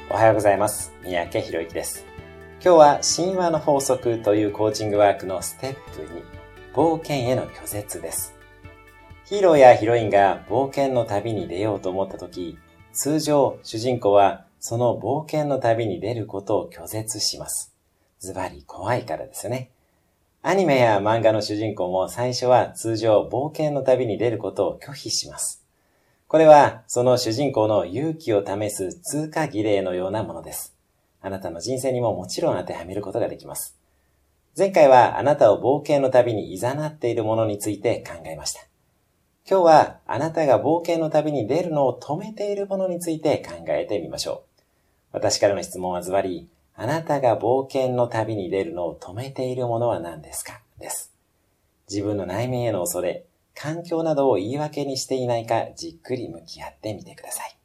おはようございます。三宅宏之です。今日は神話の法則というコーチングワークのステップ2、冒険への拒絶です。ヒーローやヒロインが冒険の旅に出ようと思ったとき、通常主人公はその冒険の旅に出ることを拒絶します。ズバリ怖いからですよね。アニメや漫画の主人公も最初は通常冒険の旅に出ることを拒否します。これはその主人公の勇気を試す通過儀礼のようなものです。あなたの人生にももちろん当てはめることができます。前回はあなたを冒険の旅に誘っているものについて考えました。今日はあなたが冒険の旅に出るのを止めているものについて考えてみましょう。私からの質問はズバリ、あなたが冒険の旅に出るのを止めているものは何ですかです。自分の内面への恐れ、環境などを言い訳にしていないかじっくり向き合ってみてください。